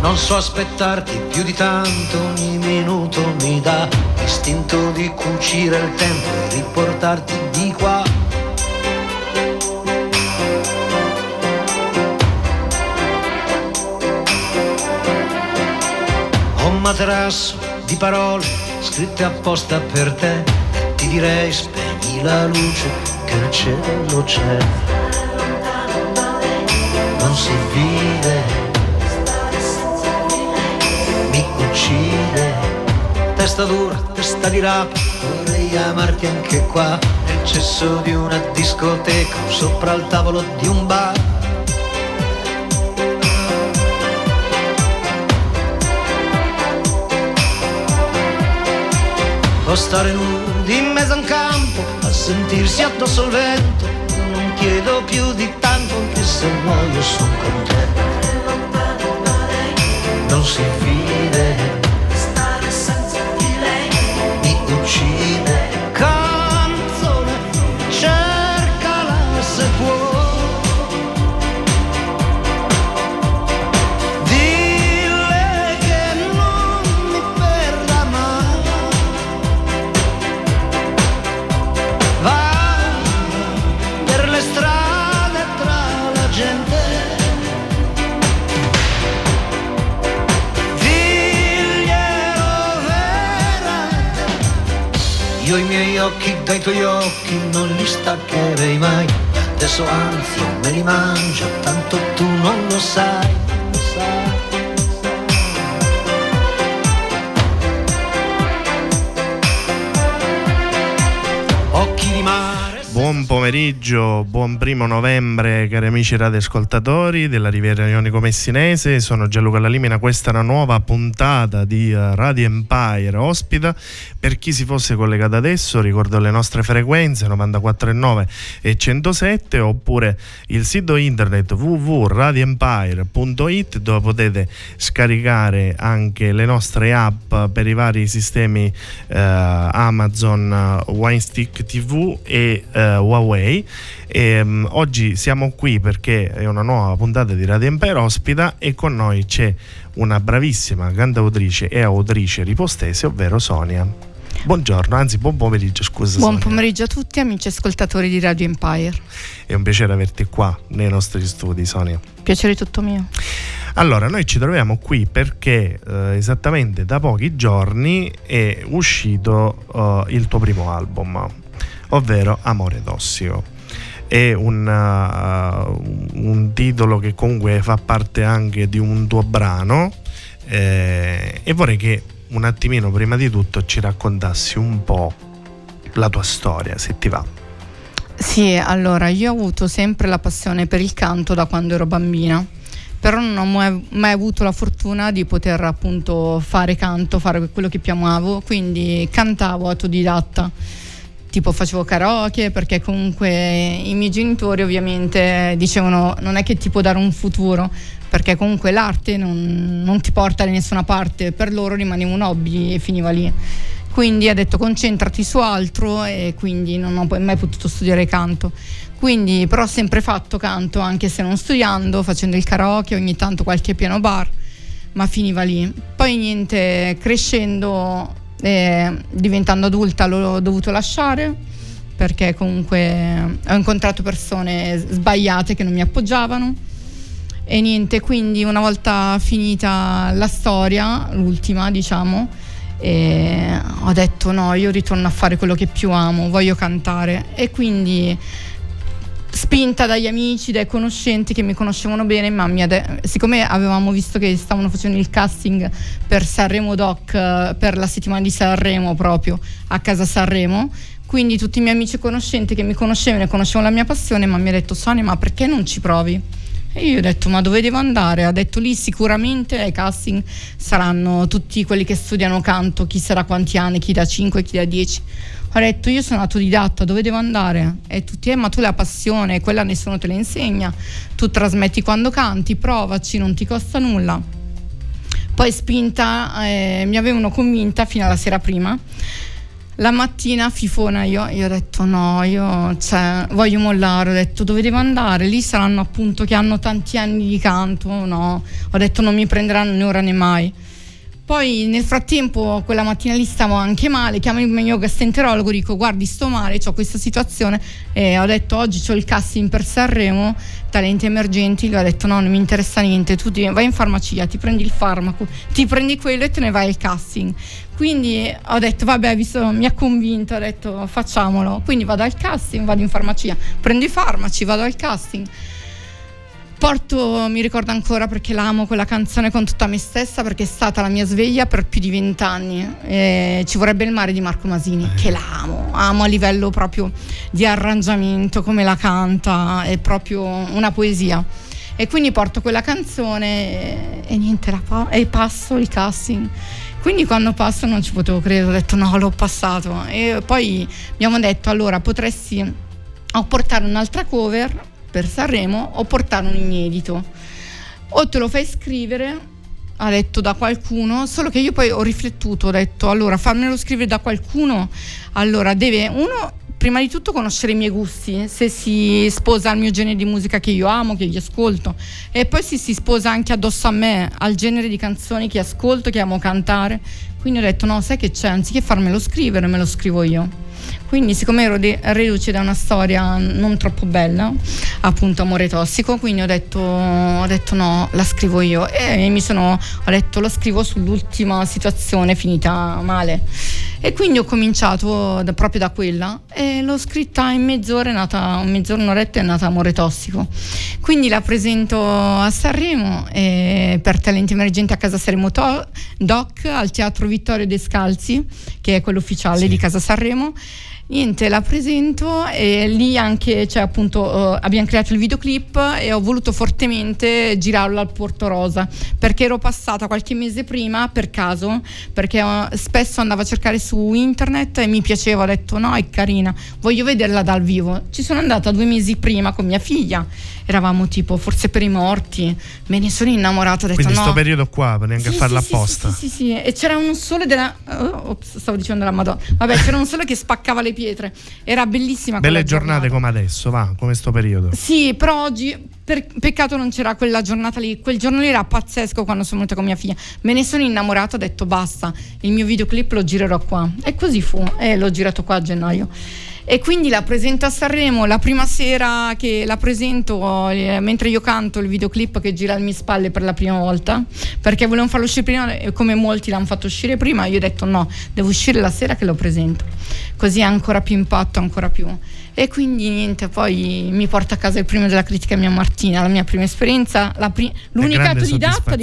Non so aspettarti più di tanto, ogni minuto mi dà l'istinto di cucire il tempo e riportarti di qua. Ho un materasso di parole scritte apposta per te, e ti direi spegni la luce che il cielo c'è. Non si vive, mi uccide, testa dura, testa di rapa, vorrei amarti anche qua, nel cesso di una discoteca, sopra il tavolo di un bar. O stare nudi in mezzo a un campo, a sentirsi addosso al vento, non chiedo più di tanto, anche se muoio son contento. Non si vive, stare senza di lei mi uccide. Canzone, cercala se può, dille che non mi perda mai. Va per le strade tra la gente, io i miei occhi dai tuoi occhi non li staccherei mai. Adesso anzi me li mangio, tanto tu non lo sai, non lo sai. Occhi di mare. Buon pomeriggio, buon 1 novembre cari amici radioascoltatori della Riviera Ionico Messinese, sono Gianluca Lalimina, questa è una nuova puntata di Radio Empire Ospita. Per chi si fosse collegato adesso ricordo le nostre frequenze 94.9 e 107 oppure il sito internet www.radioempire.it dove potete scaricare anche le nostre app per i vari sistemi Amazon, Winestick TV e Huawei. Oggi siamo qui perché è una nuova puntata di Radio Empire Ospita e con noi c'è una bravissima cantautrice e autrice ripostese, ovvero Sonia. Buongiorno, anzi buon pomeriggio, scusa. Buon Sonia. pomeriggio a tutti amici ascoltatori di Radio Empire. È un piacere averti qua nei nostri studi, Sonia. Piacere tutto mio. Allora, noi ci troviamo qui perché esattamente da pochi giorni è uscito il tuo primo album, ovvero Amore Tossico. È un titolo che comunque fa parte anche di un tuo brano e vorrei che un attimino prima di tutto ci raccontassi un po' la tua storia, se ti va. Sì, allora io ho avuto sempre la passione per il canto da quando ero bambina, però non ho mai avuto la fortuna di poter appunto fare canto, fare quello che più amavo, quindi cantavo autodidatta. Tipo facevo karaoke perché comunque i miei genitori ovviamente dicevano non è che ti può dare un futuro, perché comunque l'arte non ti porta da nessuna parte, per loro rimaneva un hobby e finiva lì. Quindi ha detto concentrati su altro e quindi non ho mai potuto studiare canto. Quindi però ho sempre fatto canto, anche se non studiando, facendo il karaoke, ogni tanto qualche piano bar, ma finiva lì. Poi niente, crescendo, diventando adulta l'ho dovuto lasciare perché comunque ho incontrato persone sbagliate che non mi appoggiavano e niente, quindi una volta finita la storia, l'ultima diciamo, ho detto no, io ritorno a fare quello che più amo, voglio cantare. E quindi spinta dagli amici, dai conoscenti che mi conoscevano bene, ma siccome avevamo visto che stavano facendo il casting per Sanremo Doc, per la settimana di Sanremo proprio a casa Sanremo, quindi tutti i miei amici conoscenti che mi conoscevano e conoscevano la mia passione, ma mi ha detto Sonia, ma perché non ci provi? E io ho detto ma dove devo andare? Ha detto lì sicuramente ai casting saranno tutti quelli che studiano canto, chi sarà quanti anni, chi da 5, chi da 10. Ho detto io sono autodidatta, dove devo andare? E tutti ma tu la passione, quella nessuno te la insegna, tu trasmetti quando canti, provaci, non ti costa nulla. Poi spinta, mi avevano convinta fino alla sera prima La mattina fifona io ho detto no, io voglio mollare, ho detto dove devo andare? Lì saranno appunto che hanno tanti anni di canto, no, ho detto non mi prenderanno né ora né mai. Poi nel frattempo quella mattina lì stavo anche male, chiamo il mio gastroenterologo, dico guardi sto male, ho questa situazione e ho detto oggi c'ho il casting per Sanremo, talenti emergenti, gli ho detto no, non mi interessa niente, tu vai in farmacia, ti prendi il farmaco, ti prendi quello e te ne vai al casting. Quindi ho detto vabbè, visto mi ha convinto, ho detto facciamolo, quindi vado al casting, vado in farmacia, prendo i farmaci, vado al casting. Mi ricordo ancora perché l'amo quella canzone con tutta me stessa, perché è stata la mia sveglia per più di 20 anni. Ci vorrebbe il mare di Marco Masini, che l'amo a livello proprio di arrangiamento, come la canta, è proprio una poesia. E quindi porto quella canzone e niente, e passo il casting. Quindi quando passo non ci potevo credere, ho detto no, l'ho passato. E poi abbiamo detto allora potresti o portare un'altra cover per Sanremo o portare un inedito, o te lo fai scrivere, ha detto, da qualcuno, solo che io poi ho riflettuto, ho detto allora farmelo scrivere da qualcuno, allora deve uno prima di tutto conoscere i miei gusti, se si sposa al mio genere di musica che io amo, che io ascolto, e poi se si sposa anche addosso a me, al genere di canzoni che ascolto, che amo cantare. Quindi ho detto no, sai che c'è, anziché farmelo scrivere me lo scrivo io. Quindi siccome ero reduce da una storia non troppo bella, appunto amore tossico, quindi ho detto no, la scrivo io, e ho detto lo scrivo sull'ultima situazione finita male, e quindi ho cominciato proprio da quella e l'ho scritta in mezz'ora, un'oretta è nata Amore tossico. Quindi la presento a Sanremo per talenti emergenti a Casa Sanremo Doc al Teatro Vittorio Descalzi, che è quello ufficiale di Casa Sanremo. Niente, la presento e lì anche abbiamo creato il videoclip e ho voluto fortemente girarlo al Porto Rosa, perché ero passata qualche mese prima per caso, perché spesso andavo a cercare su internet e mi piaceva, ho detto no, è carina, voglio vederla dal vivo. Ci sono andata 2 mesi prima con mia figlia, eravamo tipo forse per i morti, me ne sono innamorata, ho detto quindi no. Sto periodo qua, neanche a farla apposta. Sì, e c'era un sole stavo dicendo la Madonna, vabbè, c'era un sole che spaccava le pietre, era bellissima. Belle giornate come adesso, come sto periodo. Sì, però oggi peccato non c'era quella giornata lì, quel giorno lì era pazzesco quando sono venuta con mia figlia, me ne sono innamorata, ho detto basta, il mio videoclip lo girerò qua, e così fu, e l'ho girato qua a gennaio. E quindi la presento a Sanremo, la prima sera che la presento, mentre io canto il videoclip che gira alle mie spalle per la prima volta, perché volevano farlo uscire prima, come molti l'hanno fatto uscire prima, io ho detto no, devo uscire la sera che lo presento, così ha ancora più impatto, ancora più. E quindi niente, poi mi porta a casa il premio della critica Mia Martina, la mia prima esperienza, l'unica autodidatta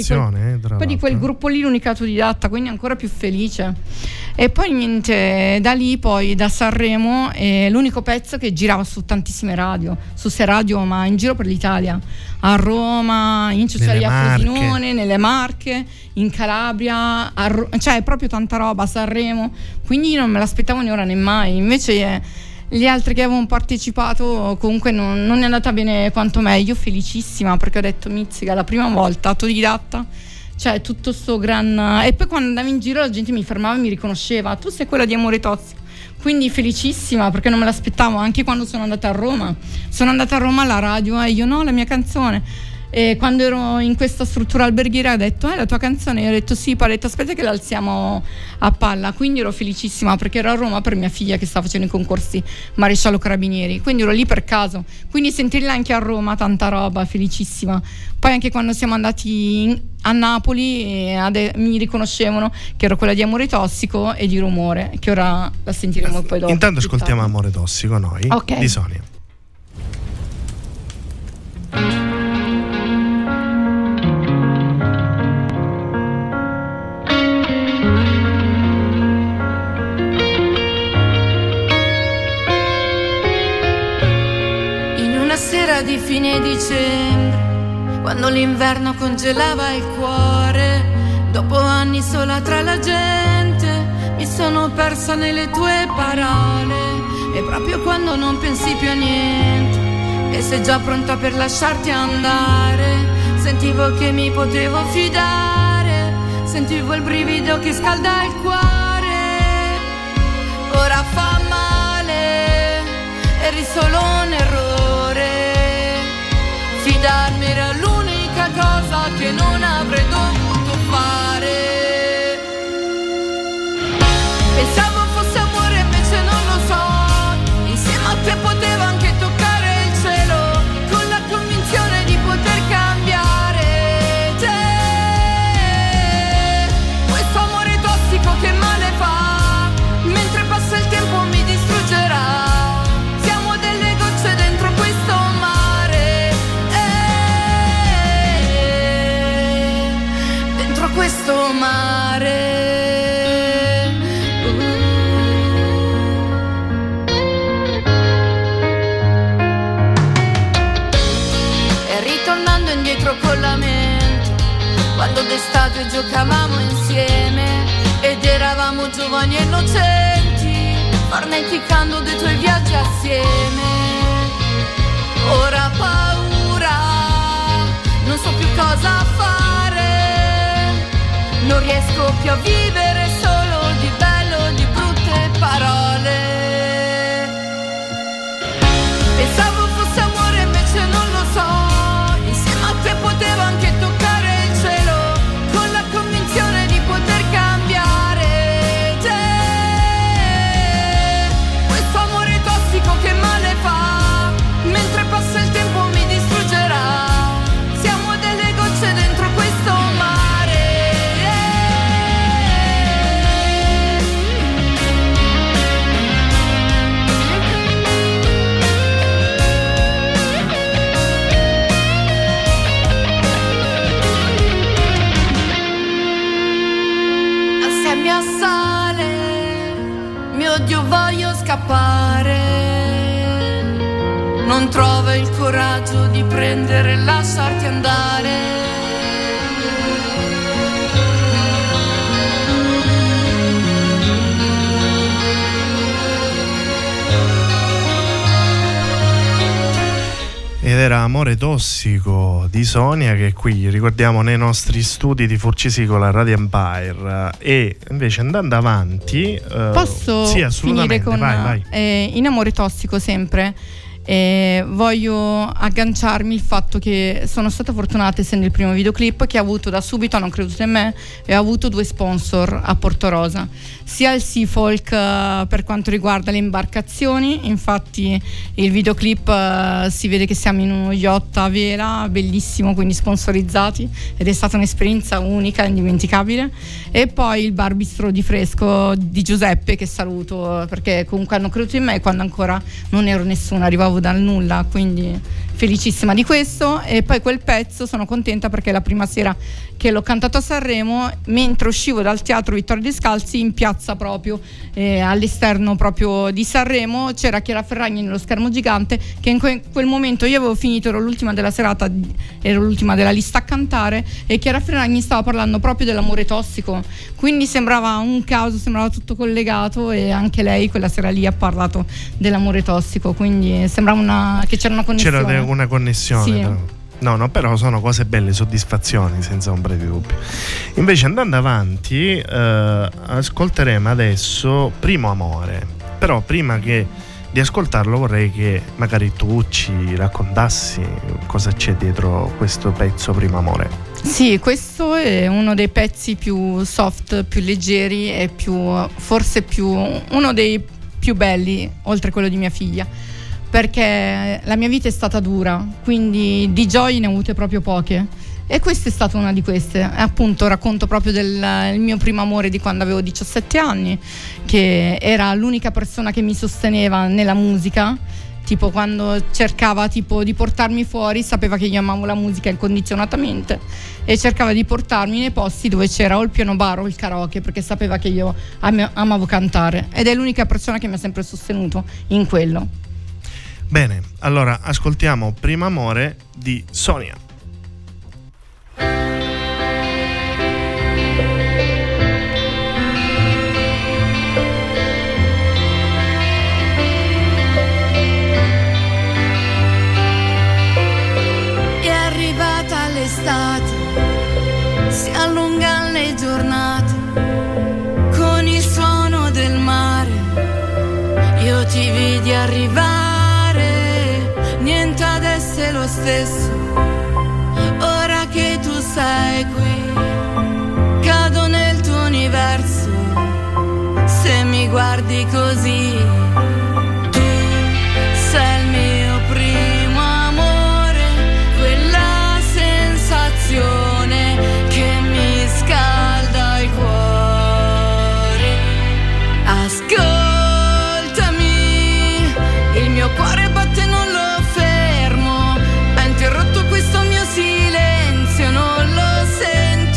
di quel gruppo lì, l'unica autodidatta, quindi ancora più felice. E poi niente, da lì poi da Sanremo è l'unico pezzo che girava su tantissime radio, su 6 radio, ma in giro per l'Italia, a Roma, in Ciociaria a Frosinone, nelle Marche, in Calabria, cioè proprio tanta roba a Sanremo, quindi non me l'aspettavo né ora né mai. Invece gli altri che avevano partecipato comunque non è andata bene quanto me. Io felicissima, perché ho detto mizzica, la prima volta autodidatta, cioè tutto sto gran. E poi quando andavo in giro la gente mi fermava e mi riconosceva, tu sei quella di Amore tossico, quindi felicissima perché non me l'aspettavo. Anche quando sono andata a Roma alla radio e io no, la mia canzone. E quando ero in questa struttura alberghiera ha detto la tua canzone, io ho detto sì, poi ha detto aspetta che l'alziamo a palla, quindi ero felicissima perché ero a Roma per mia figlia che stava facendo i concorsi maresciallo carabinieri, quindi ero lì per caso, quindi sentirla anche a Roma, tanta roba, felicissima. Poi anche quando siamo andati a Napoli mi riconoscevano che ero quella di Amore tossico e di Rumore, che ora la sentiremo poi dopo. Intanto ascoltiamo Amore tossico noi, di Sonia. Di fine dicembre, quando l'inverno congelava il cuore, dopo anni sola tra la gente, mi sono persa nelle tue parole. E proprio quando non pensi più a niente e sei già pronta per lasciarti andare, sentivo che mi potevo fidare, sentivo il brivido che scalda il cuore. ora fa male, eri solo un errore. Fidarmi era l'unica cosa che non avrei dovuto fare. Pensavo fosse amore, invece non lo so. Insieme a te potevo anche toccare il cielo, con la convinzione di poter cambiare te. Questo amore tossico che male fa, mentre passa il tempo mi distruggerà. Siamo delle gocce dentro questo mare, dentro questo mare. Indietro con la mente, quando d'estate giocavamo insieme ed eravamo giovani e innocenti, farneticando dei tuoi viaggi assieme. Ora paura, non so più cosa fare, non riesco più a vivere solo di bello, di brutte parole. Pensavo fosse amore, invece non lo so. Te potevo anche toccare il cielo, con la convinzione di poter cambiare te. Questo amore tossico che male fa, mentre passa il tempo mi distruggerà. Siamo delle gocce dentro questo mare. Mi assale, mio Dio voglio scappare, non trovo il coraggio di prendere e lasciarti andare. Ed era Amore tossico di Sonia, che qui ricordiamo nei nostri studi di Furcisicolo a Radio Empire. E invece andando avanti, posso sì, assolutamente, finire con vai. In Amore tossico sempre. Voglio agganciarmi il fatto che sono stata fortunata, essendo il primo videoclip, che ha avuto da subito, hanno creduto in me, e ho avuto 2 sponsor a Porto Rosa, sia il Seafolk per quanto riguarda le imbarcazioni. Infatti il videoclip si vede che siamo in uno yacht a vela bellissimo, quindi sponsorizzati, ed è stata un'esperienza unica, indimenticabile. E poi il bar Bistro di Fresco di Giuseppe, che saluto, perché comunque hanno creduto in me quando ancora non ero nessuna, arrivavo dal nulla, quindi felicissima di questo. E poi quel pezzo sono contenta perché è la prima sera che l'ho cantato a Sanremo, mentre uscivo dal teatro Vittorio Descalzi, in piazza proprio all'esterno proprio di Sanremo c'era Chiara Ferragni nello schermo gigante, che in quel momento io avevo finito, ero l'ultima della serata, ero l'ultima della lista a cantare, e Chiara Ferragni stava parlando proprio dell'amore tossico, quindi sembrava un caso, sembrava tutto collegato, e anche lei quella sera lì ha parlato dell'amore tossico, quindi sembrava che c'era una connessione. C'era una connessione, sì. No, però sono cose belle, soddisfazioni senza ombra di dubbio. Invece andando avanti, ascolteremo adesso Primo Amore. Però prima di ascoltarlo vorrei che magari tu ci raccontassi cosa c'è dietro questo pezzo Primo Amore. Sì, questo è uno dei pezzi più soft, più leggeri e uno dei più belli, oltre quello di mia figlia, perché la mia vita è stata dura, quindi di gioie ne ho avute proprio poche, e questa è stata una di queste. E appunto racconto proprio del mio primo amore di quando avevo 17 anni, che era l'unica persona che mi sosteneva nella musica. Tipo quando cercava di portarmi fuori, sapeva che io amavo la musica incondizionatamente, e cercava di portarmi nei posti dove c'era o il piano bar o il karaoke, perché sapeva che io amavo cantare, ed è l'unica persona che mi ha sempre sostenuto in quello. Bene, allora ascoltiamo Primo Amore di Sonia. È arrivata l'estate, si allungano le giornate con il suono del mare di arrivare, niente adesso è lo stesso. Ora che tu sei qui, cado nel tuo universo. Se mi guardi così, tu sei il mio primo amore, quella sensazione che mi scalda il cuore. Ascoltami, il mio cuore batte, non lo fermo. Ha interrotto questo mio silenzio, non lo sento.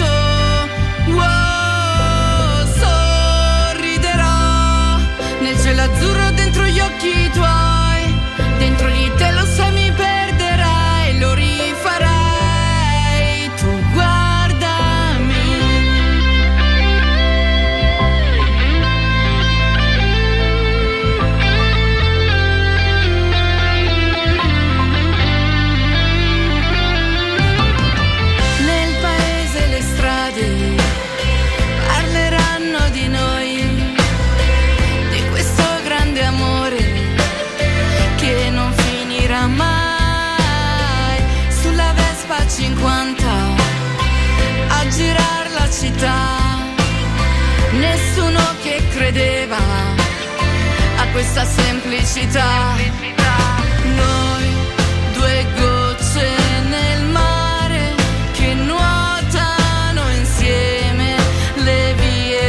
Wow, sorriderò nel cielo azzurro dentro gli occhi tuoi. Dentro di te lo sai mi perderai, lo rifarai. Tu guardami. Nel paese le strade parleranno di noi, di questo grande amore che non finirà mai. Sulla Vespa 50 a girar la città, nessuno che credeva a questa semplicità. Noi due gocce nel mare che nuotano insieme le vie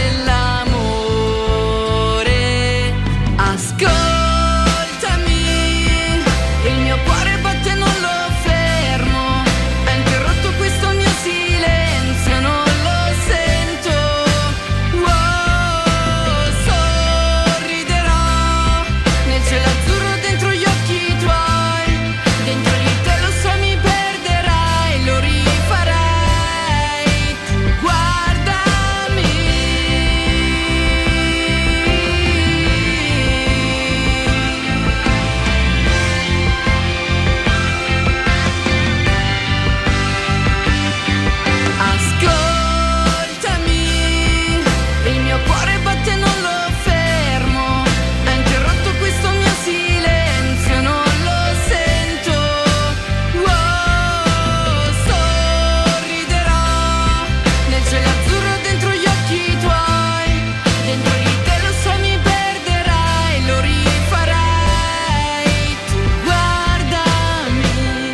dell'amore. Ascoltami, il mio cuore batte, non lo fermo. Ha interrotto questo mio silenzio, non lo sento. Wow, sorriderò nel cielo azzurro dentro gli occhi tuoi. Dentro di te lo so mi perderai, lo rifarai. Tu guardami. Ascoltami, il mio cuore batte, non lo fermo. Ha interrotto questo mio silenzio, non lo sento. Wow, sorriderò nel cielo azzurro dentro gli occhi tuoi. Dentro di te lo so mi perderai, lo rifarai. Tu guardami.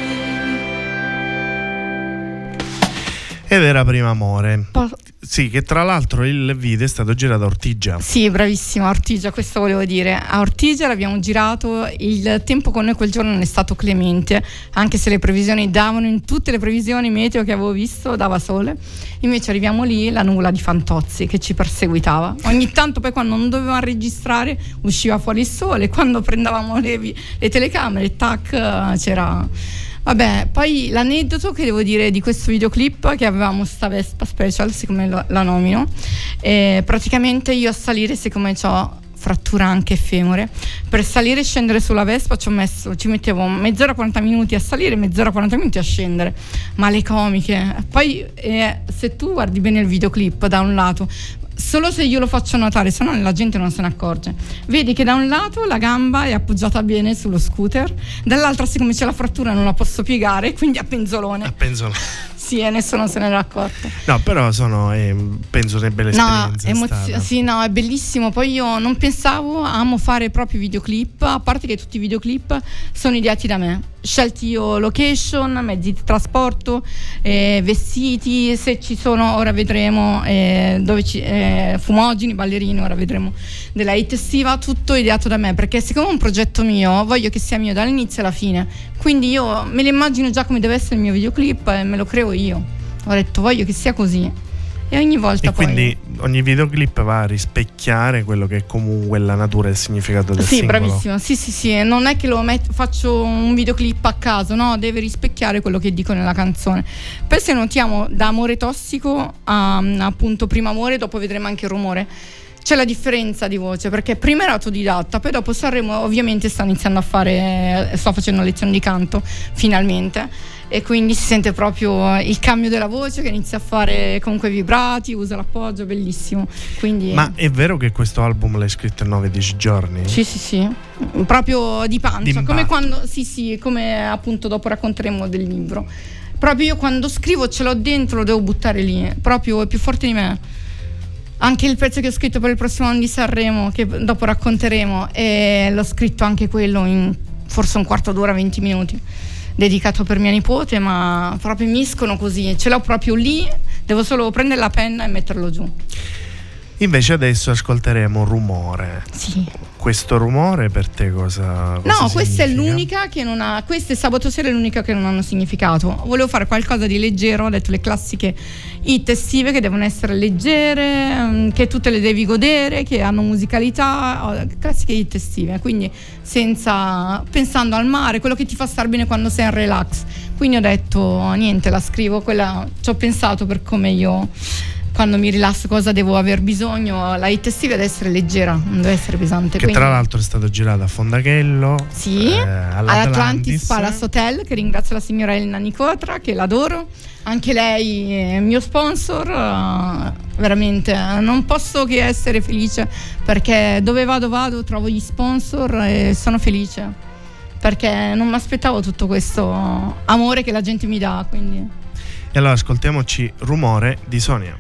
Ed era Primo Amore. Po- Sì, che tra l'altro il video è stato girato a Ortigia. Sì, bravissima, a Ortigia, questo volevo dire. A Ortigia l'abbiamo girato, il tempo con noi quel giorno non è stato clemente, anche se le previsioni davano, in tutte le previsioni meteo che avevo visto, dava sole. Invece arriviamo lì, la nuvola di Fantozzi che ci perseguitava. Ogni tanto poi quando non dovevamo registrare usciva fuori il sole, quando prendevamo le telecamere, tac, c'era... Vabbè, poi l'aneddoto che devo dire di questo videoclip, che avevamo sta Vespa Special, siccome la nomino, praticamente io a salire, siccome ho frattura anche femore, per salire e scendere sulla Vespa ci mettevo mezz'ora 40 minuti a salire, mezz'ora 40 minuti a scendere, ma le comiche. Poi se tu guardi bene il videoclip, da un lato, solo se io lo faccio notare, se no la gente non se ne accorge, vedi che da un lato la gamba è appoggiata bene sullo scooter, dall'altra siccome c'è la frattura non la posso piegare, quindi a penzolone. A penzolone. Sì, e nessuno se ne era accorto. No, però sono, penso, una bella esperienza. Sì, no, è bellissimo. Poi io non pensavo, amo fare proprio videoclip, a parte che tutti i videoclip sono ideati da me. Scelti io location, mezzi di trasporto, vestiti, se ci sono, ora vedremo, fumogeni, ballerini, ora vedremo della hit estiva, tutto ideato da me, perché siccome è un progetto mio, voglio che sia mio dall'inizio alla fine, quindi io me lo immagino già come deve essere il mio videoclip e me lo creo io. Ho detto voglio che sia così, e ogni volta e quindi ogni videoclip va a rispecchiare quello che è comunque la natura e il significato del sì, singolo. Bravissimo, sì, non è che faccio un videoclip a caso, no, deve rispecchiare quello che dico nella canzone. Poi se notiamo da Amore Tossico a appunto Primo Amore, dopo vedremo anche il Rumore, c'è la differenza di voce, perché prima ero autodidatta, poi dopo Sanremo ovviamente sto facendo lezioni di canto finalmente, e quindi si sente proprio il cambio della voce, che inizia a fare comunque vibrati, usa l'appoggio, bellissimo. Quindi, ma è vero che questo album l'hai scritto in 9-10 giorni? Sì, proprio di pancia, come quando come appunto dopo racconteremo del libro. Proprio io quando scrivo ce l'ho dentro, lo devo buttare lì, proprio è più forte di me. Anche il pezzo che ho scritto per il prossimo anno di Sanremo, che dopo racconteremo, e l'ho scritto anche quello in forse un quarto d'ora, 20 minuti, dedicato per mia nipote, ma proprio miscono così, ce l'ho proprio lì, devo solo prendere la penna e metterlo giù. Invece adesso ascolteremo Rumore. Sì. Questo rumore per te cosa No, significa? questa è l'unica che non ha. Questa è Sabato Sera è l'unica che non hanno significato. Volevo fare qualcosa di leggero, ho detto le classiche hit estive che devono essere leggere, che tu te le devi godere, che hanno musicalità, classiche hit estive, quindi pensando al mare, quello che ti fa star bene quando sei in relax. Quindi ho detto niente, la scrivo, quella ci ho pensato per come io quando mi rilasso cosa devo aver bisogno. La hit estiva deve essere leggera, non deve essere pesante, che tra l'altro è stato girato a Fondachello, all'Atlantis Palace Hotel, che ringrazio la signora Elena Nicotra, che l'adoro, anche lei è mio sponsor. Veramente non posso che essere felice, perché dove vado trovo gli sponsor e sono felice, perché non mi aspettavo tutto questo amore che la gente mi dà, quindi. E allora ascoltiamoci Rumore di Sonia.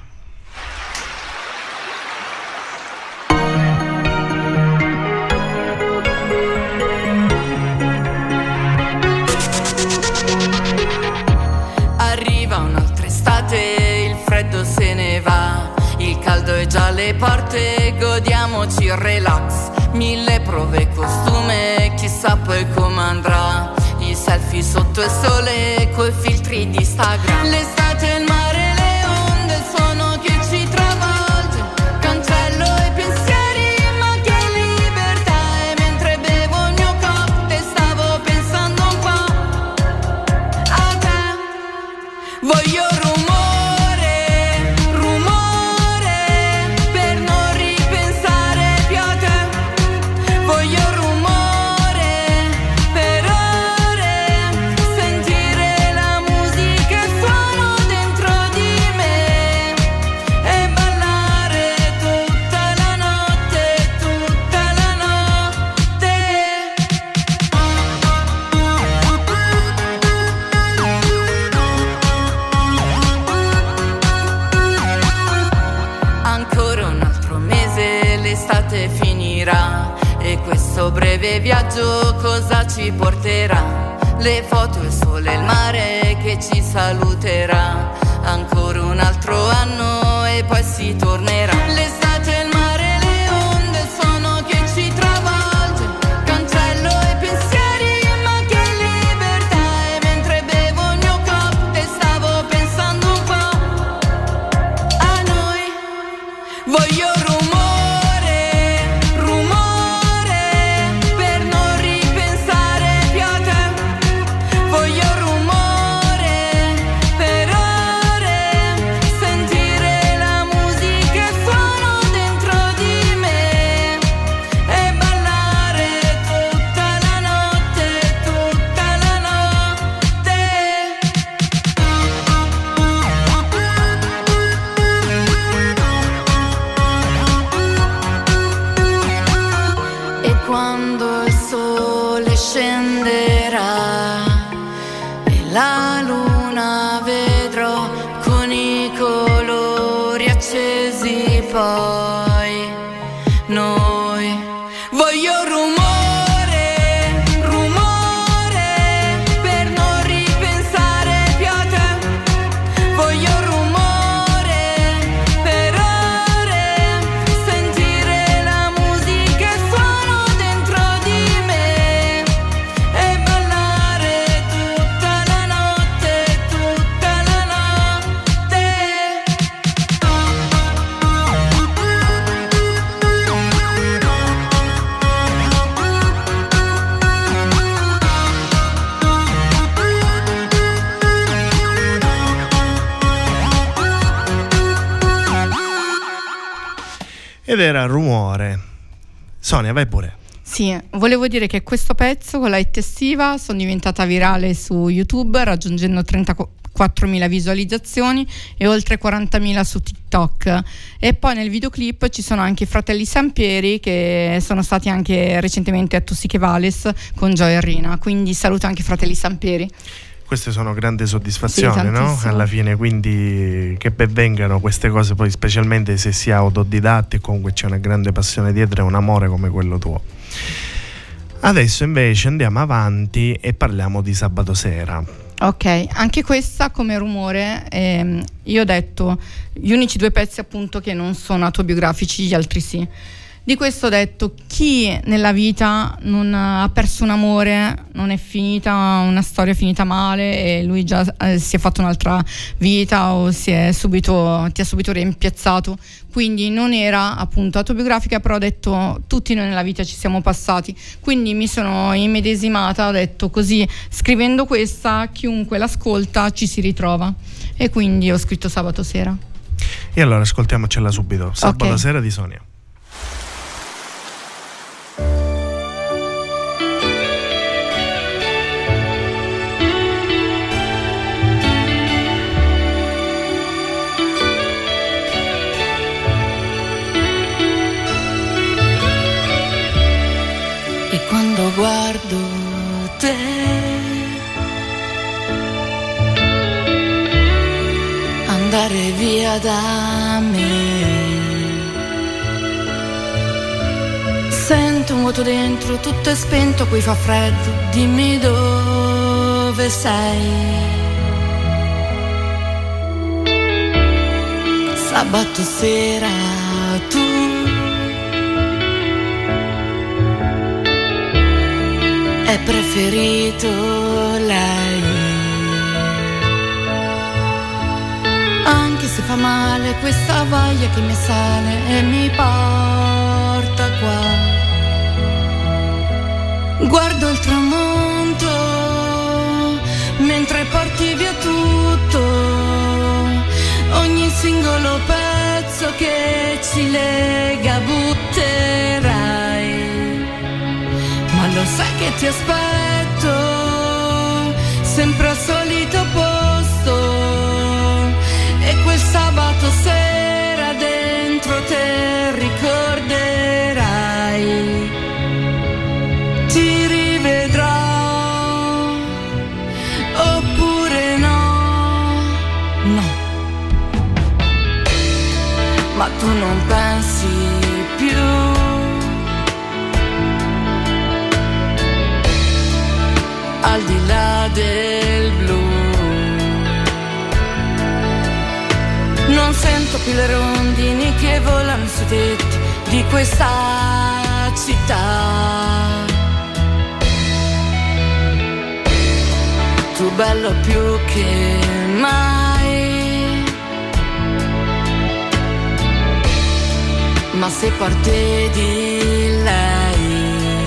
Il freddo se ne va, il caldo è già alle porte, godiamoci il relax, 1000 prove costume, chissà poi come andrà, i selfie sotto il sole coi filtri di Instagram, l'estate, il mare, le onde, il suono che ci travolge, cancello i pensieri, ma che libertà, e mentre bevo il mio cocktail stavo pensando un po' a te, voglio breve viaggio cosa ci porterà? Le foto, il sole, il mare che ci saluterà. Ancora un altro anno e poi si tornerà. L'estate, il mare, le onde, il suono che ci travolge. Cancello i pensieri, ma che libertà. E mentre bevo il mio cocktail stavo pensando un po' a noi. Voglio poi noi. Voglio rumore, rumore per non ripensare più a te. Voglio rumore per ore, sentire la musica e il suono dentro di me e ballare tutta la notte, tutta la notte. ed era Rumore. Sonia, vai pure. Sì, volevo dire che questo pezzo con la hit estiva sono diventata virale su YouTube, raggiungendo 34.000 visualizzazioni e oltre 40.000 su TikTok. E poi nel videoclip ci sono anche i fratelli Sampieri, che sono stati anche recentemente a Tussiche Vales con Gioia e Rina, quindi saluto anche i fratelli Sampieri. Queste sono grandi soddisfazioni, sì, no? Alla fine, quindi che ben vengano queste cose, poi specialmente se si è autodidatti e comunque c'è una grande passione dietro e un amore come quello tuo. Adesso invece andiamo avanti e parliamo di Sabato Sera. Ok, anche questa come Rumore, io ho detto gli unici 2 pezzi appunto che non sono autobiografici, gli altri sì. Di questo ho detto: chi nella vita non ha perso un amore, non è finita una storia finita male e lui già si è fatto un'altra vita o ti ha subito rimpiazzato, quindi non era appunto autobiografica, però ho detto tutti noi nella vita ci siamo passati, quindi mi sono immedesimata, ho detto così scrivendo questa chiunque l'ascolta ci si ritrova, e quindi ho scritto Sabato Sera. E allora ascoltiamocela subito. Sabato Sera di Sonia. Quando guardo te, andare via da me, sento un vuoto dentro, tutto è spento, qui fa freddo, dimmi dove sei. Sabato sera tu è preferito lei, anche se fa male questa voglia che mi sale e mi porta qua. Guardo il tramonto mentre porti via tutto, ogni singolo pezzo che ci lega butterai. Ma lo sai che ti aspetto sempre al solito posto, e quel sabato sera dentro te ricorderai. Ti rivedrò oppure no, no, ma tu non pensi più al di là del blu. Non sento più le rondini che volano sui tetti di questa città. Tu bello più che mai, ma se parte di lei,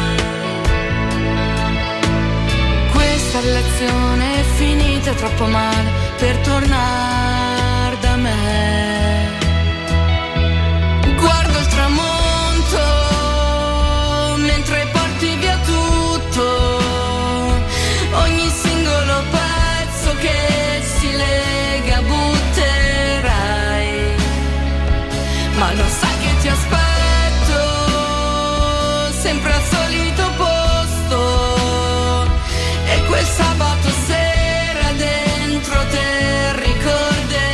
questa relazione è finita troppo male per tornare da me. Guardo il tramonto mentre porti via tutto, ogni singolo pezzo che ci lega butterai. Ma lo sai che ti aspetto sempre al solito posto, e quel sabato sera dentro te ricorderai.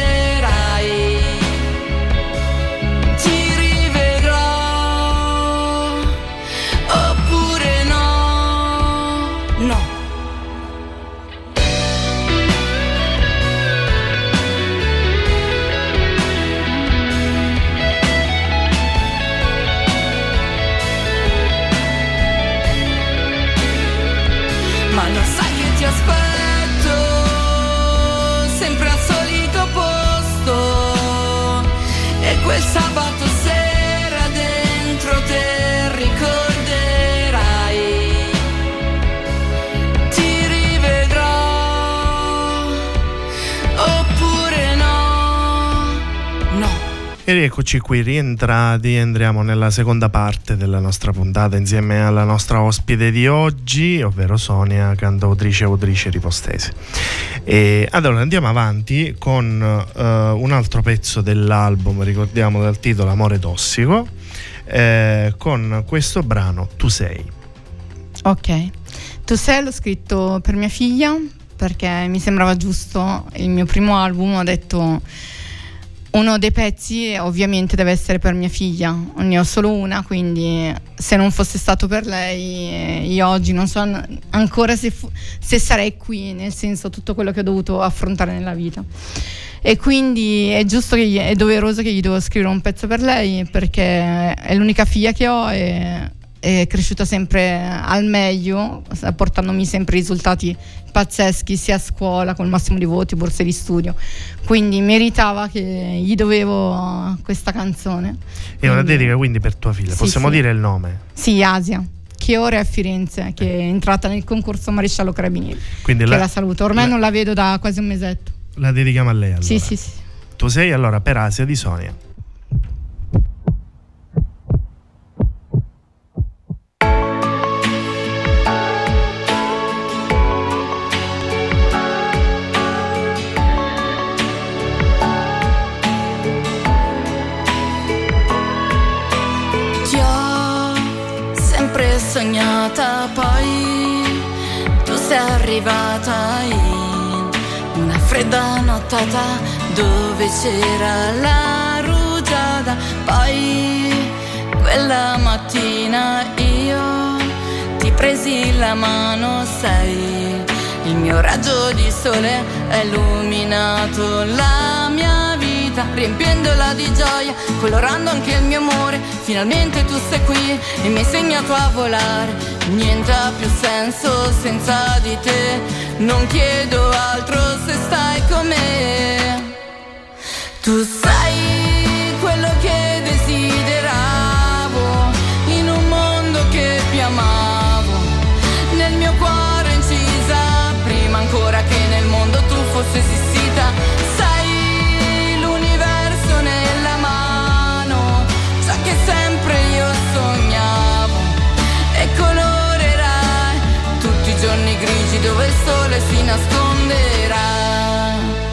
E rieccoci qui rientrati, entriamo nella seconda parte della nostra puntata insieme alla nostra ospite di oggi, ovvero Sonia, cantautrice e autrice ripostese. E allora andiamo avanti con un altro pezzo dell'album, ricordiamo dal titolo Amore tossico, con questo brano Tu sei. Ok, Tu sei l'ho scritto per mia figlia perché mi sembrava giusto. Il mio primo album, ho detto, uno dei pezzi ovviamente deve essere per mia figlia, ne ho solo una, quindi se non fosse stato per lei io oggi non so ancora se sarei qui, nel senso tutto quello che ho dovuto affrontare nella vita, e quindi è giusto è doveroso che gli devo scrivere un pezzo per lei, perché è l'unica figlia che ho e è cresciuta sempre al meglio, portandomi sempre risultati pazzeschi sia a scuola con il massimo di voti, borse di studio, quindi meritava che gli dovevo questa canzone. È una dedica quindi per tua figlia, sì, possiamo sì. dire il nome? Sì, Asia, che ora è a Firenze, che è entrata nel concorso Maresciallo Carabinieri, Quindi che la saluto, ormai non la vedo da quasi un mesetto. La dedichiamo a lei allora. Sì. Tu sei allora per Asia di Sonia. Sognata, poi tu sei arrivata in una fredda nottata dove c'era la rugiada. Poi quella mattina io ti presi la mano, sei il mio raggio di sole, ha illuminato la mia vita, riempiendola di gioia, colorando anche il mio amore. Finalmente tu sei qui e mi hai insegnato a volare. Niente ha più senso senza di te, non chiedo altro se stai con me. Tu sei quello che desideravo in un mondo che più amavo, nel mio cuore incisa, prima ancora che nel mondo tu fossi esistita. Che sempre io sognavo e colorerai tutti i giorni grigi dove il sole si nasconderà.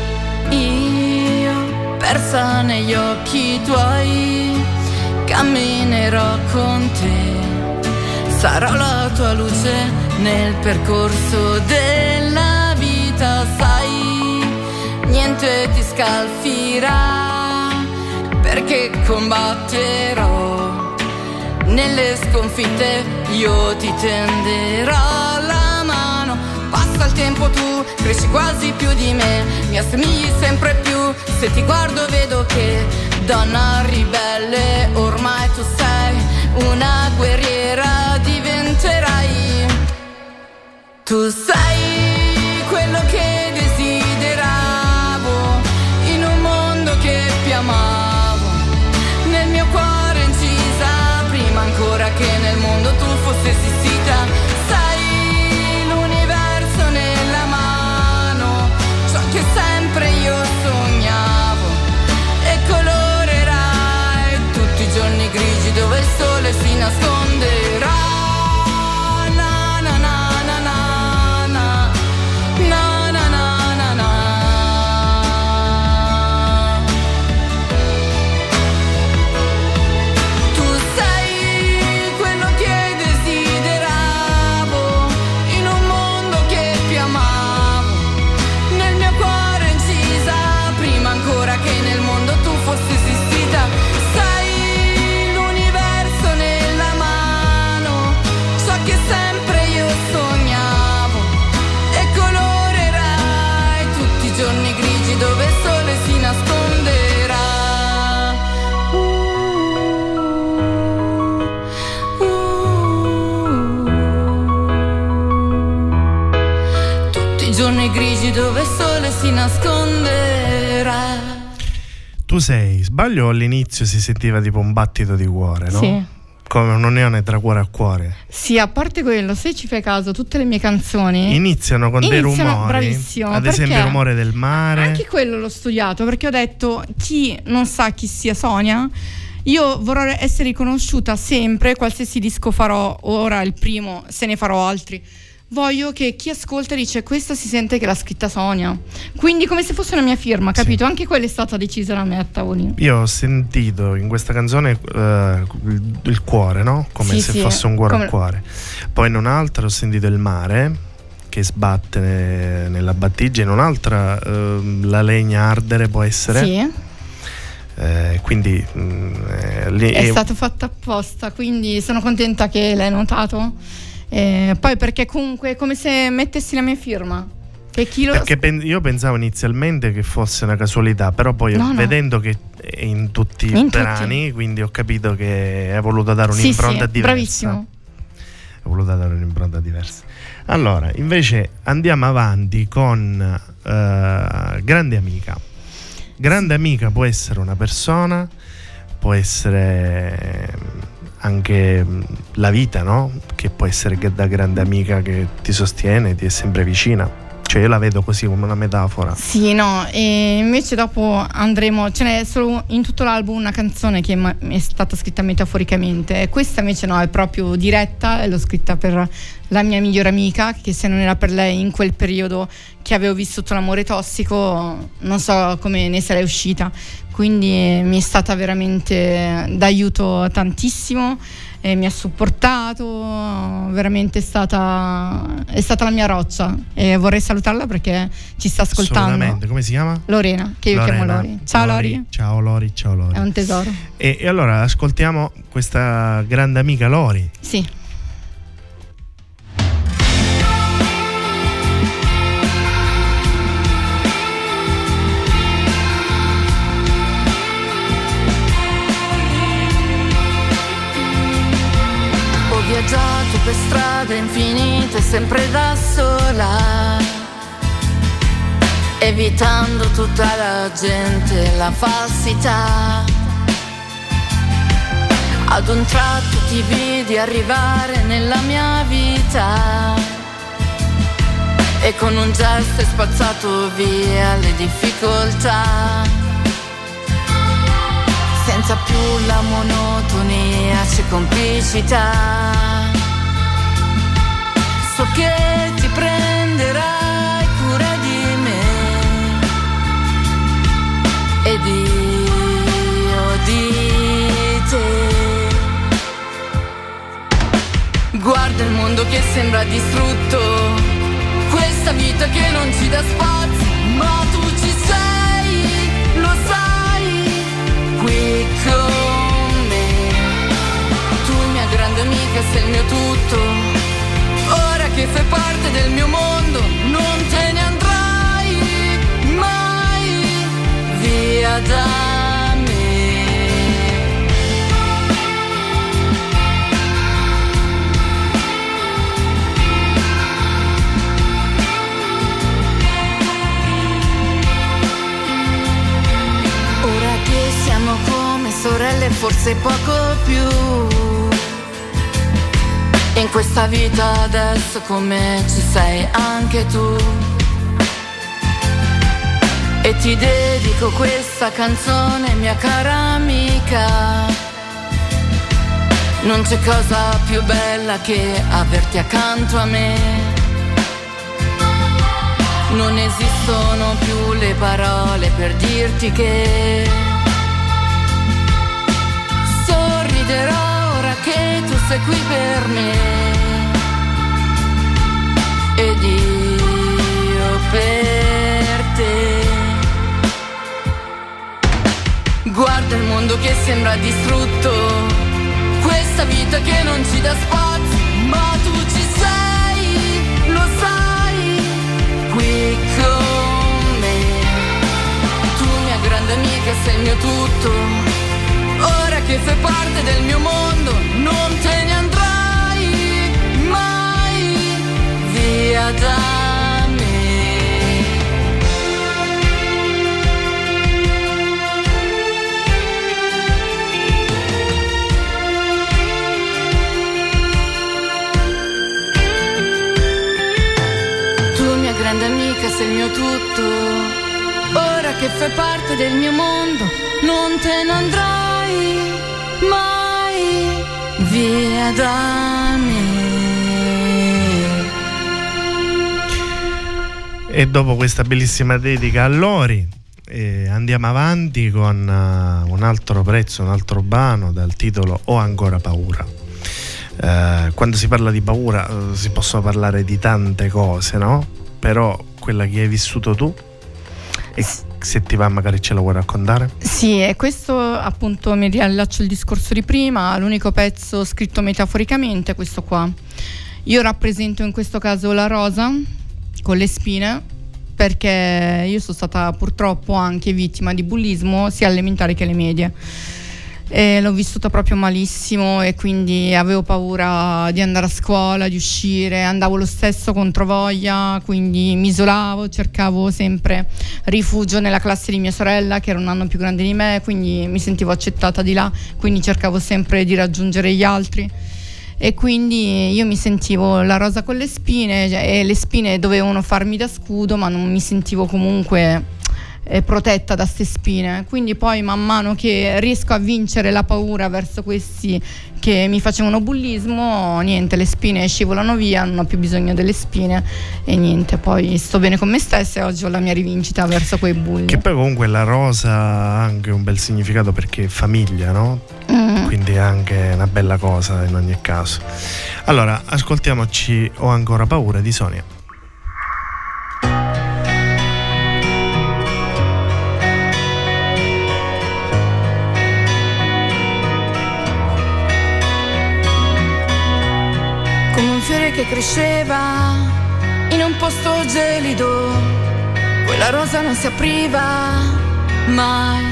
Io, persa negli occhi tuoi, camminerò con te, sarò la tua luce nel percorso della vita. Sai, niente ti scalfirà, perché combatterò nelle sconfitte, io ti tenderò la mano. Passa il tempo, tu cresci quasi più di me, mi assomigli sempre più, se ti guardo vedo che donna ribelle ormai tu sei una guerriera, diventerai. Tu sei quello che desideravo in un mondo che più amavo, nel mio cuore incisa, prima ancora che nel mondo tu fossi esistita. Sai, l'universo nella mano, ciò che sempre io sognavo, e colorerai tutti i giorni grigi dove il sole si nasconderà. Na na na na na na, na na na na na. Grigi dove il sole si nasconderà. Tu sei, sbaglio, all'inizio si sentiva tipo un battito di cuore, no? Sì. come un'unione tra cuore a cuore. Sì, a parte quello, se ci fai caso, tutte le mie canzoni iniziano con dei rumori, bravissimo, ad esempio il rumore del mare. Anche quello l'ho studiato, perché ho detto, chi non sa chi sia Sonia, io vorrei essere riconosciuta sempre, qualsiasi disco farò, ora il primo, se ne farò altri. Voglio che chi ascolta dice, questa si sente che l'ha scritta Sonia, quindi come se fosse una mia firma, capito? Sì. Anche quella è stata decisa da me a tavolino. Io ho sentito in questa canzone il cuore, no? Come se fosse un cuore a cuore. Poi in un'altra ho sentito il mare che sbatte nella battigia, in un'altra la legna ardere, può essere. Sì. Quindi è stato fatto apposta, quindi sono contenta che l'hai notato. Poi perché comunque è come se mettessi la mia firma, perché io pensavo inizialmente che fosse una casualità, però poi vedendo che è in tutti i brani, quindi ho capito che hai voluto dare un'impronta diversa. Bravissimo, ho voluto dare un'impronta diversa. Allora invece andiamo avanti con grande amica. Grande amica può essere una persona, può essere anche la vita, no? Che può essere che da grande amica che ti sostiene, ti è sempre vicina. Cioè io la vedo così come una metafora. Sì, no, e invece dopo andremo, ce n'è solo in tutto l'album una canzone che è stata scritta metaforicamente, e questa invece no, è proprio diretta, e l'ho scritta per la mia migliore amica, che se non era per lei in quel periodo che avevo vissuto l'amore tossico, non so come ne sarei uscita. Quindi mi è stata veramente d'aiuto tantissimo, e mi ha supportato, veramente è stata la mia roccia, e vorrei salutarla perché ci sta ascoltando. Assolutamente. Come si chiama? Lorena, che io chiamo Lori. Ciao Lori. Ciao Lori, ciao Lori. È un tesoro. E allora ascoltiamo questa grande amica Lori. Sì. Viaggiato per strade infinite sempre da sola, evitando tutta la gente, la falsità. Ad un tratto ti vidi arrivare nella mia vita, e con un gesto hai spazzato via le difficoltà. Senza più la monotonia c'è complicità. So che ti prenderai cura di me, ed io di te. Guarda il mondo che sembra distrutto, questa vita che non ci dà spazio, ma tu ci sei, lo sai, qui con me. Tu mia grande amica sei il mio tutto, ora che fai parte del mio mondo non te ne andrai mai via da me. Ora che siamo come sorelle, forse poco più, in questa vita adesso come ci sei anche tu. E ti dedico questa canzone, mia cara amica. Non c'è cosa più bella che averti accanto a me. Non esistono più le parole per dirti che sorriderò ora che tu sei qui per me, ed io per te. Guarda il mondo che sembra distrutto, questa vita che non ci dà spazio, ma tu ci sei, lo sai, qui con me. Tu mia grande amica sei il mio tutto, ora che fai parte del mio mondo non te ne andrai mai via da me. fai parte del mio mondo, non te ne andrai mai via da me. E dopo questa bellissima dedica a Lori andiamo avanti con un altro brano, un altro brano dal titolo Ho ancora paura. Quando si parla di paura si possono parlare di tante cose, no? Però quella che hai vissuto tu, e se ti va magari ce la vuoi raccontare? Sì, e questo appunto mi riallaccio al discorso di prima. L'unico pezzo scritto metaforicamente è questo qua. Io rappresento in questo caso la rosa con le spine, perché io sono stata purtroppo anche vittima di bullismo sia alle elementari che alle medie, e l'ho vissuta proprio malissimo, e quindi avevo paura di andare a scuola, di uscire, andavo lo stesso controvoglia, quindi mi isolavo, cercavo sempre rifugio nella classe di mia sorella che era un anno più grande di me, quindi mi sentivo accettata di là, quindi cercavo sempre di raggiungere gli altri, e quindi io mi sentivo la rosa con le spine, e le spine dovevano farmi da scudo, ma non mi sentivo comunque protetta da ste spine. Quindi poi man mano che riesco a vincere la paura verso questi che mi facevano bullismo, niente, le spine scivolano via, non ho più bisogno delle spine e niente, poi sto bene con me stessa e oggi ho la mia rivincita verso quei bulli. Che poi comunque la rosa ha anche un bel significato perché è famiglia, no? Quindi è anche una bella cosa in ogni caso. Allora, ascoltiamoci Ho ancora paura di Sonia. Come un fiore che cresceva in un posto gelido, quella rosa non si apriva mai.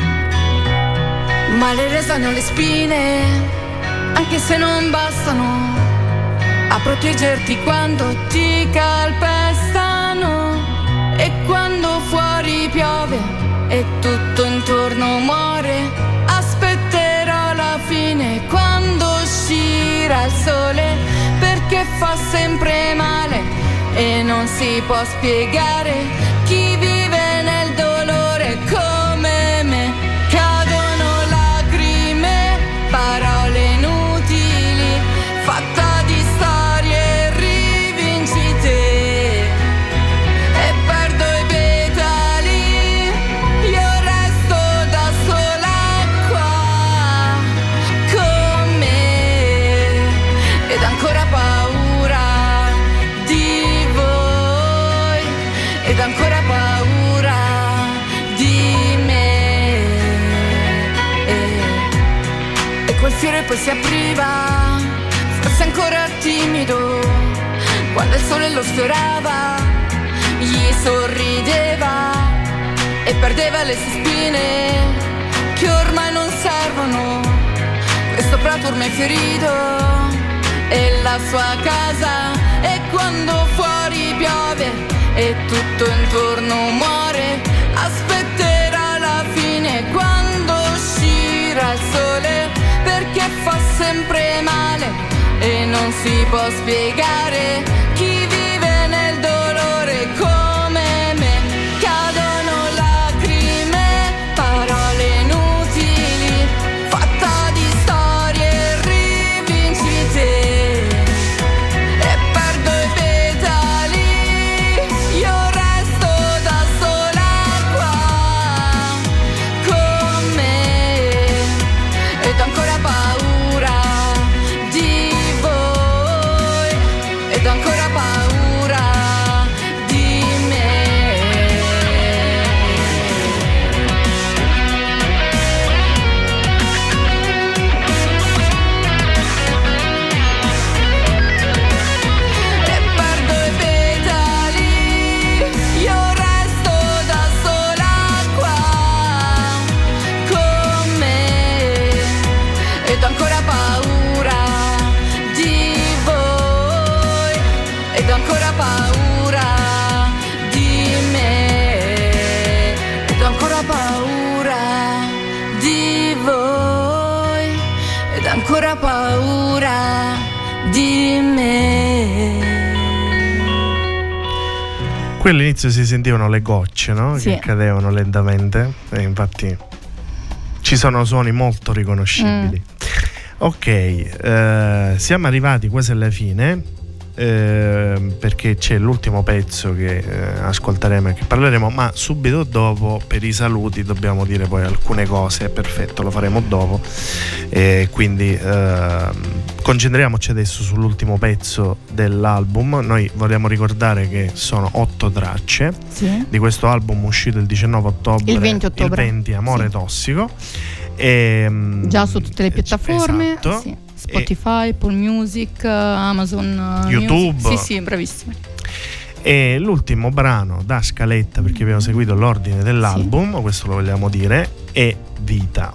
Ma le resano le spine, anche se non bastano a proteggerti quando ti calpestano. E quando fuori piove e tutto intorno muore, aspetterò la fine quando uscirà il sole, perché fa sempre male e non si può spiegare. Chi vive nel dolore come me, cadono lacrime, parole inutili, fatta di storie rivincite, e perdo i petali, io resto da sola qua con me, ed ancora paura di voi, ed ancora paura di me. E quel fiore poi si apriva, forse ancora timido, quando il sole lo sfiorava, gli sorrideva e perdeva le sue spine che ormai non servono. Questo prato ormai fiorito è la sua casa, e quando fuori piove e tutto intorno muore, aspetterà la fine quando uscirà il sole, perché fa sempre male e non si può spiegare. Chi vive nel dolore come me, cadono lacrime, parole inutili, fatta di storie rivincite, e perdo i petali, io resto da sola qua con me, ed ho ancora paura di voi, ed ho ancora paura di me. E perdo i petali, io resto da sola qua con me, ed ho ancora paura di voi, ed ho ancora paura di me, ed ho ancora paura di voi, ed ho ancora paura di me. Qui all'inizio si sentivano le gocce, no? Sì. Che cadevano lentamente, e infatti ci sono suoni molto riconoscibili. Ok, siamo arrivati quasi alla fine, perché c'è l'ultimo pezzo che ascolteremo e che parleremo, ma subito dopo, per i saluti, dobbiamo dire poi alcune cose. Perfetto, lo faremo dopo, quindi concentriamoci adesso sull'ultimo pezzo dell'album. Noi vogliamo ricordare che sono 8 tracce di questo album uscito il 19 ottobre, il 20 ottobre, il 20, Amore Tossico, già su tutte le piattaforme, esatto. sì. Spotify, Apple Music, Amazon YouTube. Music. Sì, bravissimo. E l'ultimo brano da scaletta, perché abbiamo seguito l'ordine dell'album, questo lo vogliamo dire, è Vita.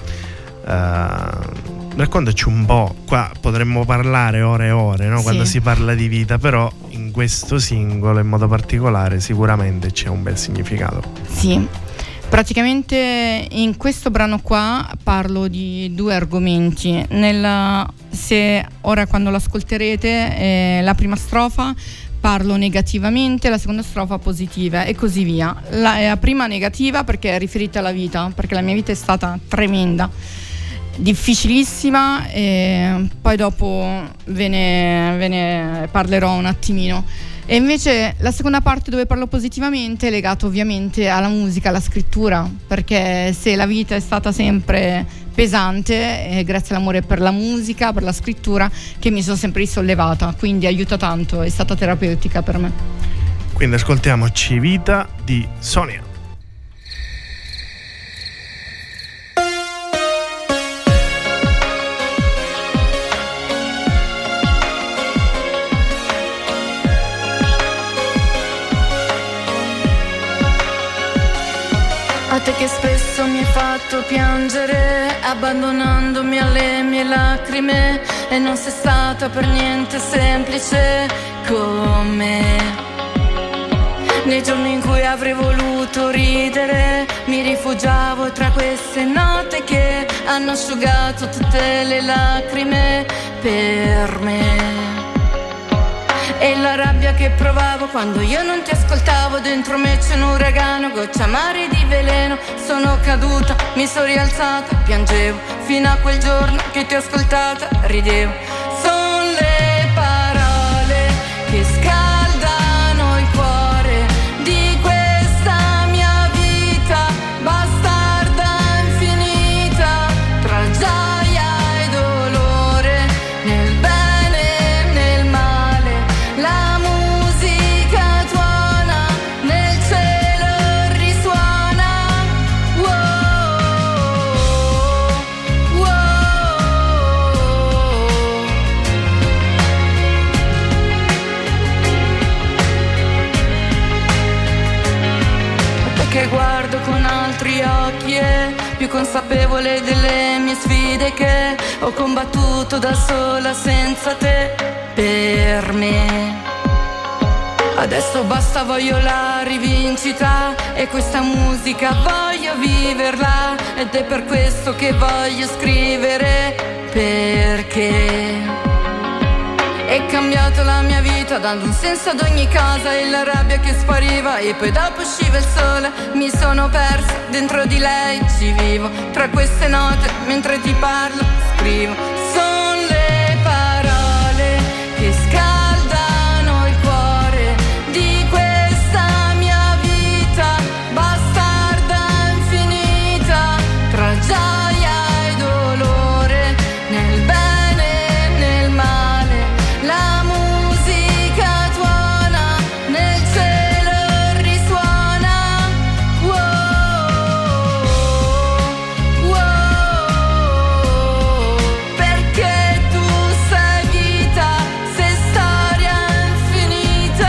Raccontaci un po', qua potremmo parlare ore e ore, no? Quando si parla di vita, però in questo singolo in modo particolare sicuramente c'è un bel significato. Sì, praticamente in questo brano qua parlo di 2 argomenti. Se ora quando l'ascolterete, la prima strofa parlo negativamente, la seconda strofa positiva e così via. La prima negativa perché è riferita alla vita, perché la mia vita è stata tremenda, difficilissima, e poi dopo ve ne parlerò un attimino. E invece la seconda parte, dove parlo positivamente, è legata ovviamente alla musica, alla scrittura, perché se la vita è stata sempre pesante, è grazie all'amore per la musica, per la scrittura, che mi sono sempre risollevata, quindi aiuta tanto, è stata terapeutica per me. Quindi ascoltiamoci Vita di Sonia. A te che spesso mi hai fatto piangere, abbandonandomi alle mie lacrime, e non sei stata per niente semplice con me. Nei giorni in cui avrei voluto ridere, mi rifugiavo tra queste note che hanno asciugato tutte le lacrime per me. E la rabbia che provavo quando io non ti ascoltavo, dentro me c'è un uragano, gocce amare di veleno. Sono caduta, mi sono rialzata, piangevo fino a quel giorno che ti ho ascoltata, ridevo. Sono le parole che scaldano il cuore di questa mia vita bastarda infinita, tra gioia e dolore, nel bene e nel male. La musica tuona, nel cielo risuona. Wow, wow. Perché guardo con altri occhi e più consapevole delle mie sfide che ho combattuto da sola senza te per me. Adesso basta, voglio la rivincita e questa musica voglio viverla, ed è per questo che voglio scrivere, perché è cambiato la mia vita, dando un senso ad ogni cosa, e la rabbia che spariva e poi dopo usciva il sole. Mi sono persa dentro di lei, ci vivo tra queste note, mentre ti parlo, scrivo. Sono le parole che scaldano il cuore di questa mia vita bastarda infinita, tra gioia e dolore, nel bene e nel male. La musica tuona, nel cielo risuona. Wow, wow. Perché tu sei vita, sei storia infinita.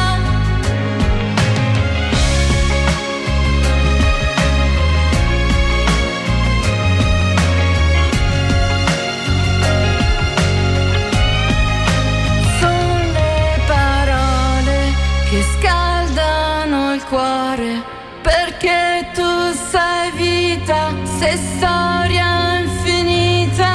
Sono le parole che scaldano il cuore, perché tu sei vita, sei storia infinita.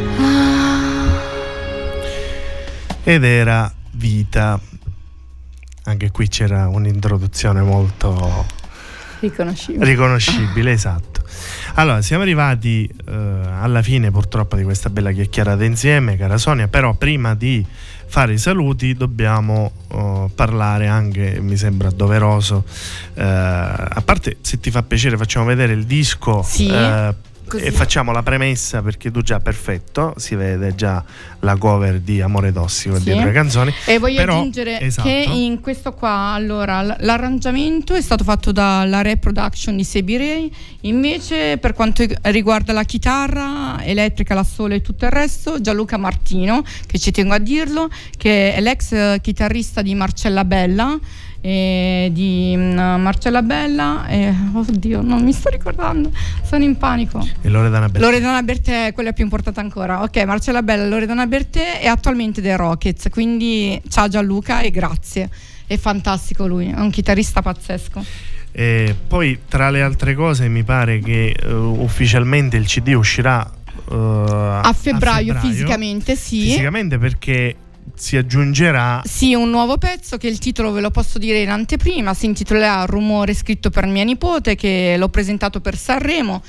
Ed era Vita. Anche qui c'era un'introduzione molto riconoscibile, esatto. Allora, siamo arrivati alla fine purtroppo di questa bella chiacchierata insieme, cara Sonia, però prima di fare i saluti dobbiamo parlare anche, mi sembra doveroso, a parte, se ti fa piacere facciamo vedere il disco. Sì. E facciamo la premessa, perché tu già perfetto, si vede già la cover di Amore Tossico, sì, dietro le canzoni. E voglio aggiungere, esatto, che in questo qua, allora, l'arrangiamento è stato fatto dalla Reproduction di Sebi Ray, invece per quanto riguarda la chitarra elettrica, l'assolo e tutto il resto, Gianluca Martino, che ci tengo a dirlo, che è l'ex chitarrista di Marcella Bella, oddio, non mi sto ricordando, sono in panico. E Loredana Bertè è quella più importante ancora. Ok, Marcella Bella, Loredana Bertè, e attualmente dei Rockets. Quindi ciao Gianluca e grazie, è fantastico lui, è un chitarrista pazzesco. E poi tra le altre cose mi pare che ufficialmente il CD uscirà a febbraio fisicamente, sì. Fisicamente, perché si aggiungerà un nuovo pezzo, che il titolo ve lo posso dire in anteprima, si intitolerà Rumore, scritto per mia nipote, che l'ho presentato per Sanremo,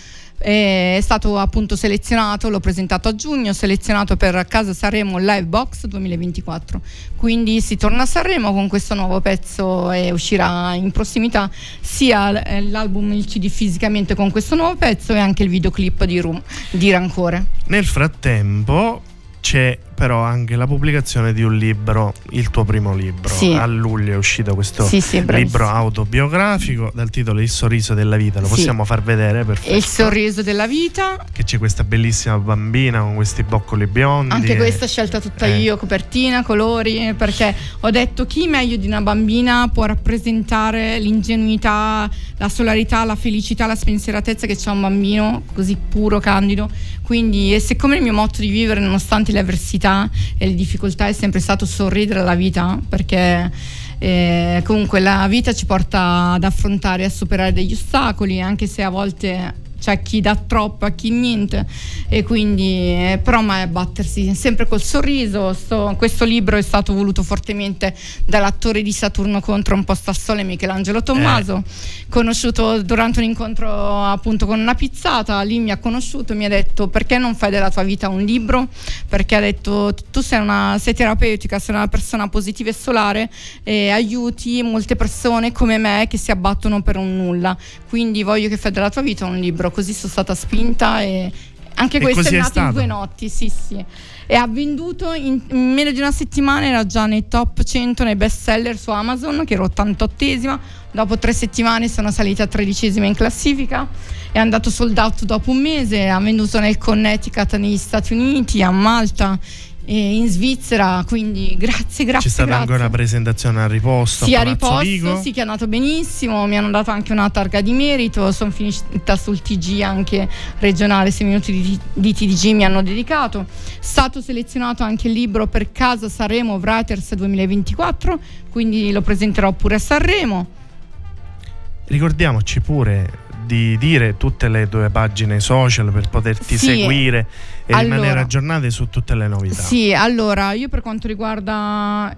è stato appunto selezionato, l'ho presentato a giugno, selezionato per Casa Sanremo Live Box 2024, quindi si torna a Sanremo con questo nuovo pezzo e uscirà in prossimità sia l'album, il CD fisicamente con questo nuovo pezzo, e anche il videoclip di Rancore. Nel frattempo c'è però anche la pubblicazione di un libro, il tuo primo libro. Sì. A luglio è uscito questo libro autobiografico dal titolo Il sorriso della vita. Lo possiamo far vedere? Perfetto. Il sorriso della vita, che c'è questa bellissima bambina con questi boccoli biondi. Anche questa scelta tutta io, copertina, colori, perché ho detto chi meglio di una bambina può rappresentare l'ingenuità, la solarità, la felicità, la spensieratezza che c'ha un bambino così puro, candido. Quindi, e siccome il mio motto di vivere nonostante le avversità e le difficoltà è sempre stato sorridere alla vita, perché comunque la vita ci porta ad affrontare e a superare degli ostacoli, anche se a volte c'è chi dà troppo, a chi niente, e quindi però mai abbattersi, sempre col sorriso. Questo libro è stato voluto fortemente dall'attore di Saturno contro un posto al sole, Michelangelo Tommaso, conosciuto durante un incontro appunto con una pizzata. Lì mi ha conosciuto, mi ha detto: perché non fai della tua vita un libro? Perché ha detto: tu sei terapeutica, sei una persona positiva e solare, e aiuti molte persone come me che si abbattono per un nulla, quindi voglio che fai della tua vita un libro. Così sono stata spinta, e anche questo è nato in 2 notti, sì, e ha venduto in meno di una settimana, era già nei top 100 nei best seller su Amazon, che era 88esima. Dopo 3 settimane sono salita a 13esima in classifica, è andato sold out dopo un mese, ha venduto nel Connecticut, negli Stati Uniti, a Malta e in Svizzera, quindi grazie. C'è stata anche una presentazione a Riposto, a Riposto, che è andato benissimo, mi hanno dato anche una targa di merito, sono finita sul TG anche regionale, 6 minuti di TG mi hanno dedicato. Stato selezionato anche il libro per Casa Sanremo Writers 2024, quindi lo presenterò pure a Sanremo. Ricordiamoci pure di dire tutte le tue pagine social per poterti seguire e rimanere aggiornate su tutte le novità. Sì, allora io per quanto riguarda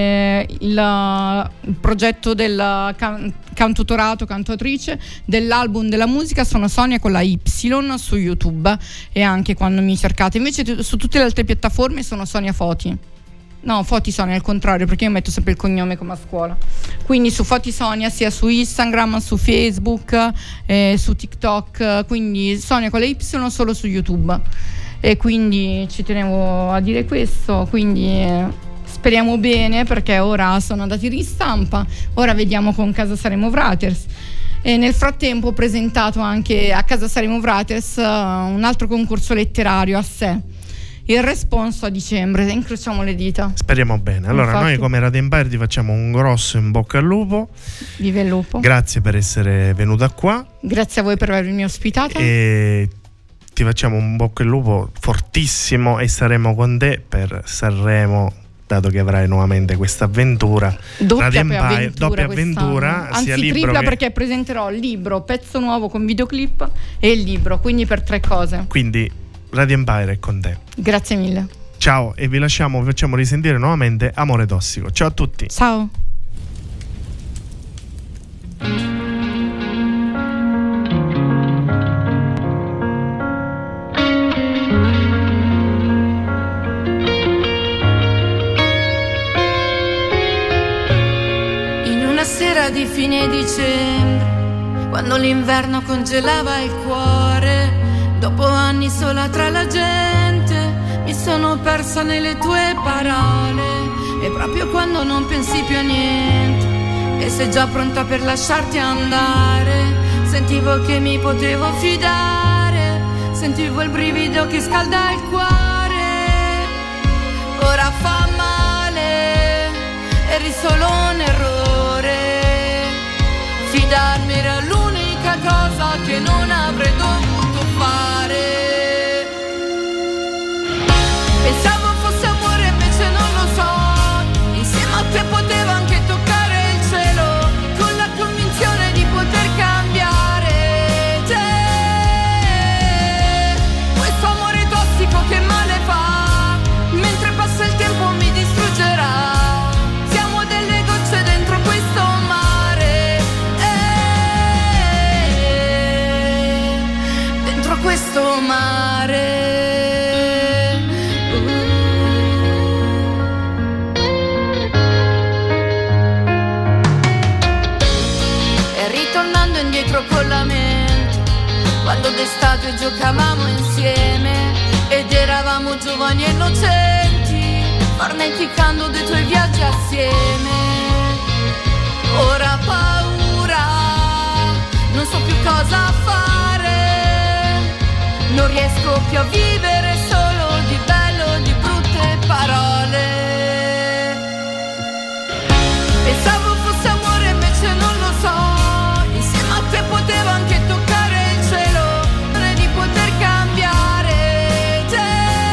il progetto del cantautorato, cantautrice dell'album della musica, sono Sonia con la Y su YouTube, e anche quando mi cercate. Invece su tutte le altre piattaforme sono Sonia Foti. No, Foti Sonia al contrario, perché io metto sempre il cognome come a scuola. Quindi su Foti Sonia, sia su Instagram, su Facebook, su TikTok, quindi Sonia con la Y solo su YouTube. E quindi ci tenevo a dire questo, quindi speriamo bene, perché ora sono andati in ristampa, ora vediamo con Casa Sanremo Writers. E nel frattempo ho presentato anche a Casa Sanremo Writers un altro concorso letterario a sé. Il responso a dicembre, incrociamo le dita. Speriamo bene. Allora, noi come Radio Empire ti facciamo un grosso in bocca al lupo. Vive il lupo. Grazie per essere venuta qua. Grazie a voi per avermi ospitata. E ti facciamo un bocca al lupo fortissimo, e saremo con te per Sanremo, dato che avrai nuovamente questa avventura. Doppia avventura, anzi sia tripla, perché presenterò il libro, pezzo nuovo con videoclip, e il libro, quindi per 3 cose. Quindi Radio Empire è con te. Grazie mille. Ciao, e vi facciamo risentire nuovamente Amore Tossico. Ciao a tutti. Ciao. di fine dicembre, quando l'inverno congelava il cuore. Dopo anni sola tra la gente, mi sono persa nelle tue parole. E proprio quando non pensi più a niente e sei già pronta per lasciarti andare, sentivo che mi potevo fidare, sentivo il brivido che scalda il cuore. Ora fa male, eri solo un errore, fidarmi era l'unica cosa che non avrei dovuto fare. Pensavo fosse amore, invece non lo so, insieme a te potevo anche toccare il cielo, con la convinzione di poter cambiare te. Questo amore tossico che male fa, mentre passa il tempo mi distruggerà. Siamo delle gocce dentro questo mare, dentro questo mare. Indietro con la mente, quando d'estate giocavamo insieme ed eravamo giovani e innocenti, farneticando dei tuoi viaggi assieme. Ora paura, non so più cosa fare, non riesco più a vivere solo di bello, di brutte parole. Pensavo fosse amore, invece non lo so, te potevo anche toccare il cielo, di poter cambiare te.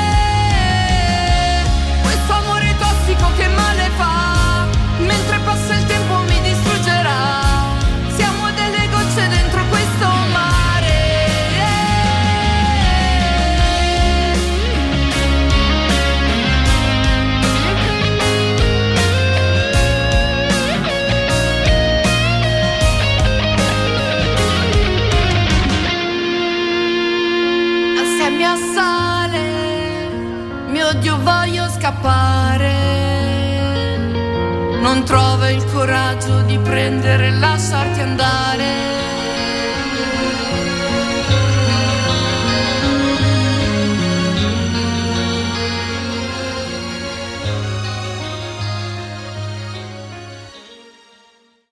Questo amore tossico che male fa, mentre passa il tempo mi distruggerà. Siamo delle gocce dentro questo mare. Mi assale, mio Dio voglio scappare, non trovo il coraggio di prendere e lasciarti andare.